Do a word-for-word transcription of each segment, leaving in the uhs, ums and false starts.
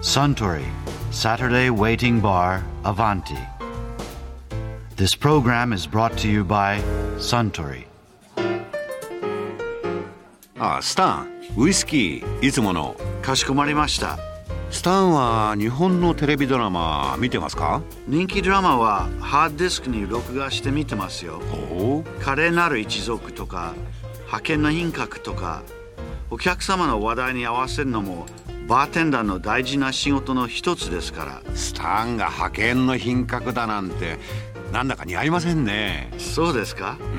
Suntory Saturday Waiting Bar Avanti. This program is brought to you by Suntory. あ、スタン、ウイスキーいつもの。 かしこまりました。 スタンは日本のテレビドラマ見てますか？ 人気ドラマはハードディスクに録画して見てますよ。 おお。 華麗なる一族とか派遣の品格とか、お客様の話題に合わせるのもバーテンダーの大事な仕事の一つですから。 スタンが派遣の品格だなんてなんだか似合いませんね。 そうですか？ うん。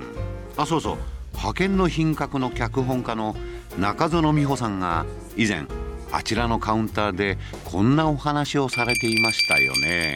あ、そうそう、派遣の品格の脚本家の中園美穂さんが以前あちらのカウンターでこんなお話をされていましたよね。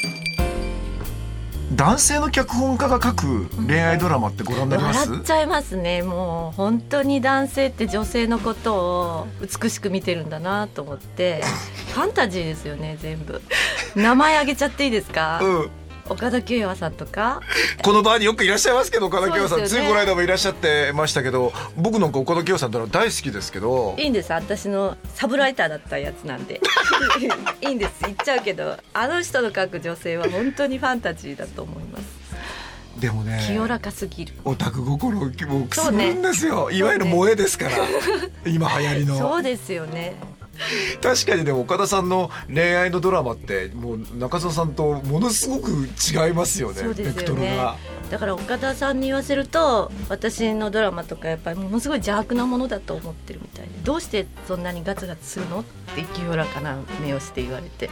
男性の脚本家が書く恋愛ドラマってご覧になります？ 笑っちゃいますね。もう本当に男性って女性のことを美しく見てるんだなと思ってファンタジーですよね。全部名前挙げちゃっていいですか？うん、岡田圭吾さんとかこの場によくいらっしゃいますけど、岡田圭吾さん、 ね、 ついこの間もいらっしゃってましたけど、僕なんか岡田圭吾さんってのは大好きですけど。 いいんです、私のサブライターだったやつなんでいいんです、言っちゃうけど、あの人の描く女性は本当にファンタジーだと思います。 でもね、 清らかすぎるオタク心をくすぐるんですよ、ね、いわゆる萌えですから、ね、今流行りの。そうですよね。 確かにでも岡田さんの恋愛のドラマってもう中園さんとものすごく違いますよね。 そうですよね、 ベクトルが。だから岡田さんに言わせると、私のドラマとかやっぱりものすごい邪悪なものだと思ってるみたいで、どうしてそんなにガツガツするのって清らかな目をして言われて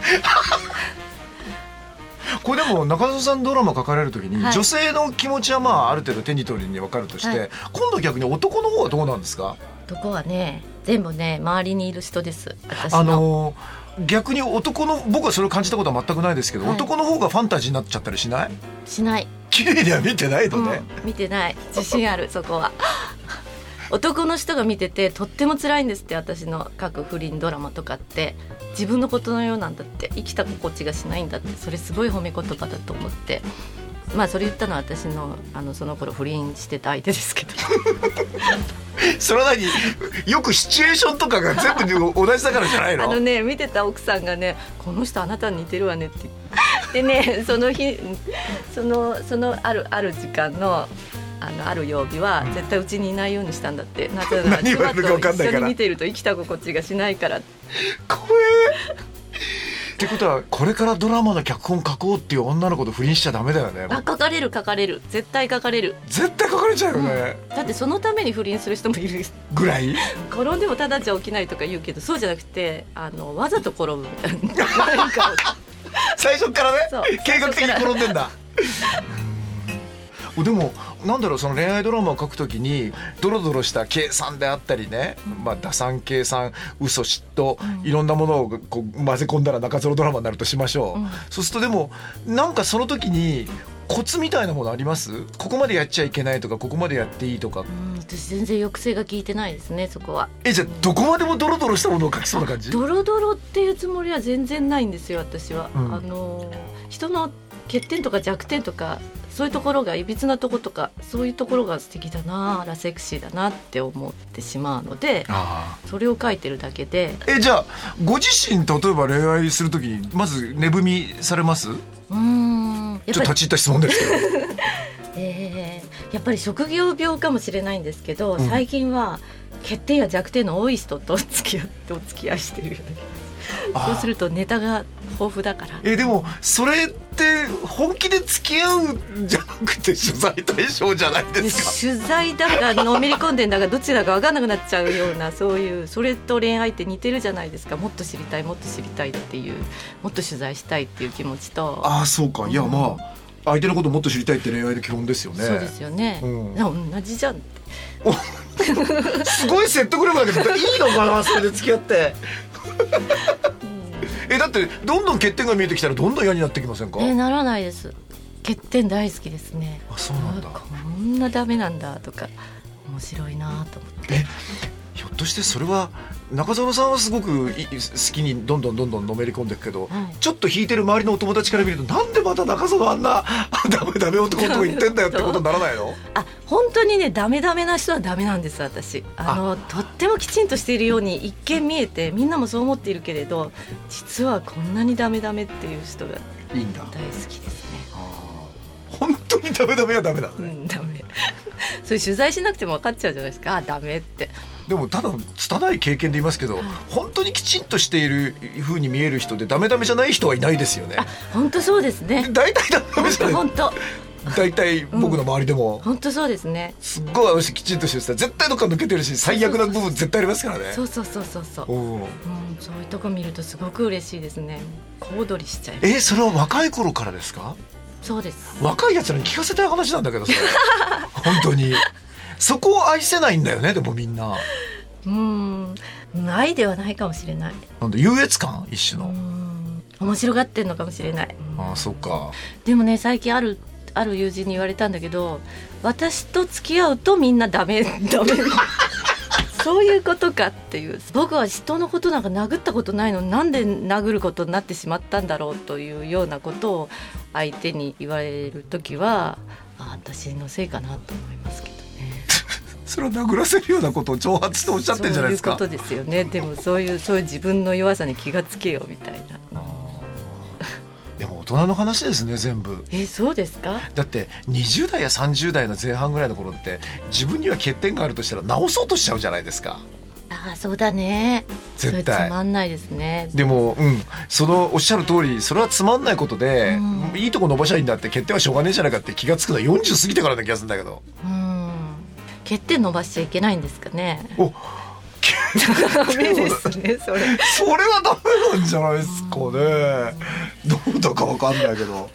これでも中園さんドラマ書かれるときに、はい、女性の気持ちはまあある程度手に取りに分かるとして、はい、今度逆に男の方はどうなんですか？ 男はね、全部ね、周りにいる人です。私の、 あのー、逆に男の、僕はそれを感じたことは全くないですけど、はい、男の方がファンタジーになっちゃったりしない？ しない。 綺麗には見てないのね、 うん、見てない。自信あるそこは男の人が見ててとっても辛いんですって。私の書く不倫ドラマとかって自分のことのようなんだって、生きた心地がしないんだって、それすごい褒め言葉だと思って、まあそれ言ったのは私の、あのその頃不倫してた相手ですけどそれは何、よくシチュエーションとかが全部同じだからじゃないの？ あのね、見てた奥さんがね、この人あなたに似てるわねってでね、その日そのそのあるある時間のあのある曜日は絶対うちにいないようにしたんだって。なぜなら妻と一緒に見ていると生きた心地がしないから。 怖えってことは、これからドラマの脚本書こうっていう女の子と不倫しちゃダメだよね。 あ、書かれる書かれる、絶対書かれる。 絶対書かれちゃうよね、 うん、だってそのために不倫する人もいるぐらい。 転んでもただじゃ起きないとか言うけど、そうじゃなくて、あのわざと転ぶみたいな最初からね、計画的に転んでんだでもなんだろう、その恋愛ドラマを書くときにドロドロした計算であったりね、まあ、打算計算、嘘、嫉妬、うん、いろんなものをこう混ぜ込んだら中園ドラマになるとしましょう、うん、そうするとでもなんかその時にコツみたいなものあります？ここまでやっちゃいけないとか、ここまでやっていいとか。うん、 私全然抑制が効いてないですね、そこは。 え、じゃあどこまでもドロドロしたものを書きそうな感じ？ ドロドロっていうつもりは全然ないんですよ、私は、うん、あの人の欠点とか弱点とか、そういうところがいびつなところとか、そういうところが素敵だな、ラセクシーだなって思ってしまうので、あ、それを書いてるだけで。 え、じゃあご自身例えば恋愛するときにまず値踏みされます？うーん、 ちょっと立ち入った質問ですけどえー、やっぱり職業病かもしれないんですけど、うん、最近は欠点や弱点の多い人と付き合ってお付き合いしてるよね。そうするとネタが豊富だから。 え、でもそれって本気で付き合うんじゃなくて取材対象じゃないですか？取材だかのめり込んでんだかどっちだか分かんなくなっちゃうような、そういう、それと恋愛って似てるじゃないですか。もっと知りたい、もっと知りたいっていう、もっと取材したいっていう気持ちと。 ああ、そうか。いや、まあ相手のことをもっと知りたいって恋愛の基本ですよね。 そうですよね、うん、同じじゃんってすごい説得力だけどいいのかな、それで付き合ってえ、だってどんどん欠点が見えてきたらどんどん嫌になってきませんか？ え、ならないです。欠点大好きですね。 あ、そうなんだ。 こんなダメなんだとか面白いなと思って。 え、ひょっとしてそれは中園さんはすごくい好きにどんどんどんどんのめり込んでいくけど、 はい、 ちょっと引いてる周りのお友達から見るとなんでまた中園あんなダメダメ男のとこ言ってんだよってことにならないの？ あ、本当にねダメダメな人はダメなんです私。あのとってもきちんとしているように一見見えてみんなもそう思っているけれど実はこんなにダメダメっていう人がいいんだ。 大好きですね。 本当にダメダメはダメだね、 うん、ダメそれ取材しなくても分かっちゃうじゃないですか。あ、ダメって。でもただ拙い経験で言いますけど、はい、本当にきちんとしている風に見える人でダメダメじゃない人はいないですよね。 あ、本当そうですね。 大体ダメダメじゃない。 本当大体僕の周りでも、 うん、本当そうですね。 すっごいきちんとしてる人は絶対どっか抜けてるし最悪な部分絶対ありますからね。 そうそうそうそうそう、うん、そういうとこ見るとすごく嬉しいですね。小躍りしちゃいます。 え、それは若い頃からですか？ そうです。 若いやつらに聞かせたい話なんだけどそれ本当にそこを愛せないんだよね。でもみんなうーん、愛ではないかもしれない。 なんで優越感一種の、うーん、面白がってんのかもしれない。 ああ、そっか。 でもね、最近あるある友人に言われたんだけど、私と付き合うとみんなダメダメそういうことかっていう。僕は人のことなんか殴ったことないのになんで殴ることになってしまったんだろうというようなことを相手に言われるときは、あ、私のせいかなと思いますけどねそれを殴らせるようなことを挑発しておっしゃってるんじゃないですか。 そういうことですよね。でもそういうそういう自分の弱さに気がつけよみたいな。 でも大人の話ですね全部。 え、そうですか？ だってにじゅう代やさんじゅう代の前半ぐらいの頃って自分には欠点があるとしたら直そうとしちゃうじゃないですか。 ああ、そうだね。 絶対それつまんないですね。 でも、うん、そのおっしゃる通りそれはつまんないことで、うん、いいとこ伸ばしゃいいんだって欠点はしょうがねえじゃないかって気がつくのはよんじゅう過ぎてからな気がするんだけど。 うん、欠点伸ばしちゃいけないんですかね。 おダメですねそれ。 それはダメなんじゃないですかね。どうだかわかんないけど。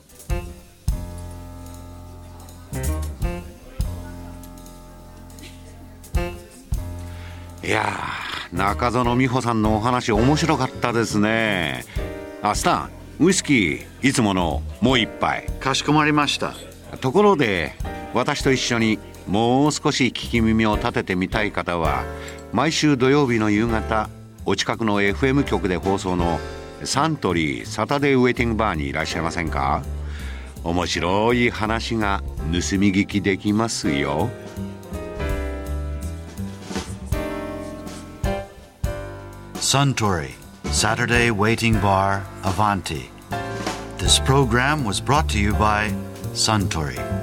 いやー、中園美穂さんのお話面白かったですね。あ、スタン、ウイスキーいつものもう一杯。 かしこまりました。 ところで私と一緒にもう少し聞き耳を立ててみたい方は毎週土曜日の夕方お近くの エフエム 局で放送のサントリーサタデーウェイティングバーにいらっしゃいませんか？面白い話が盗み聞きできますよ。 Suntory Saturday Waiting Bar Avanti. This program was brought to you by Suntory.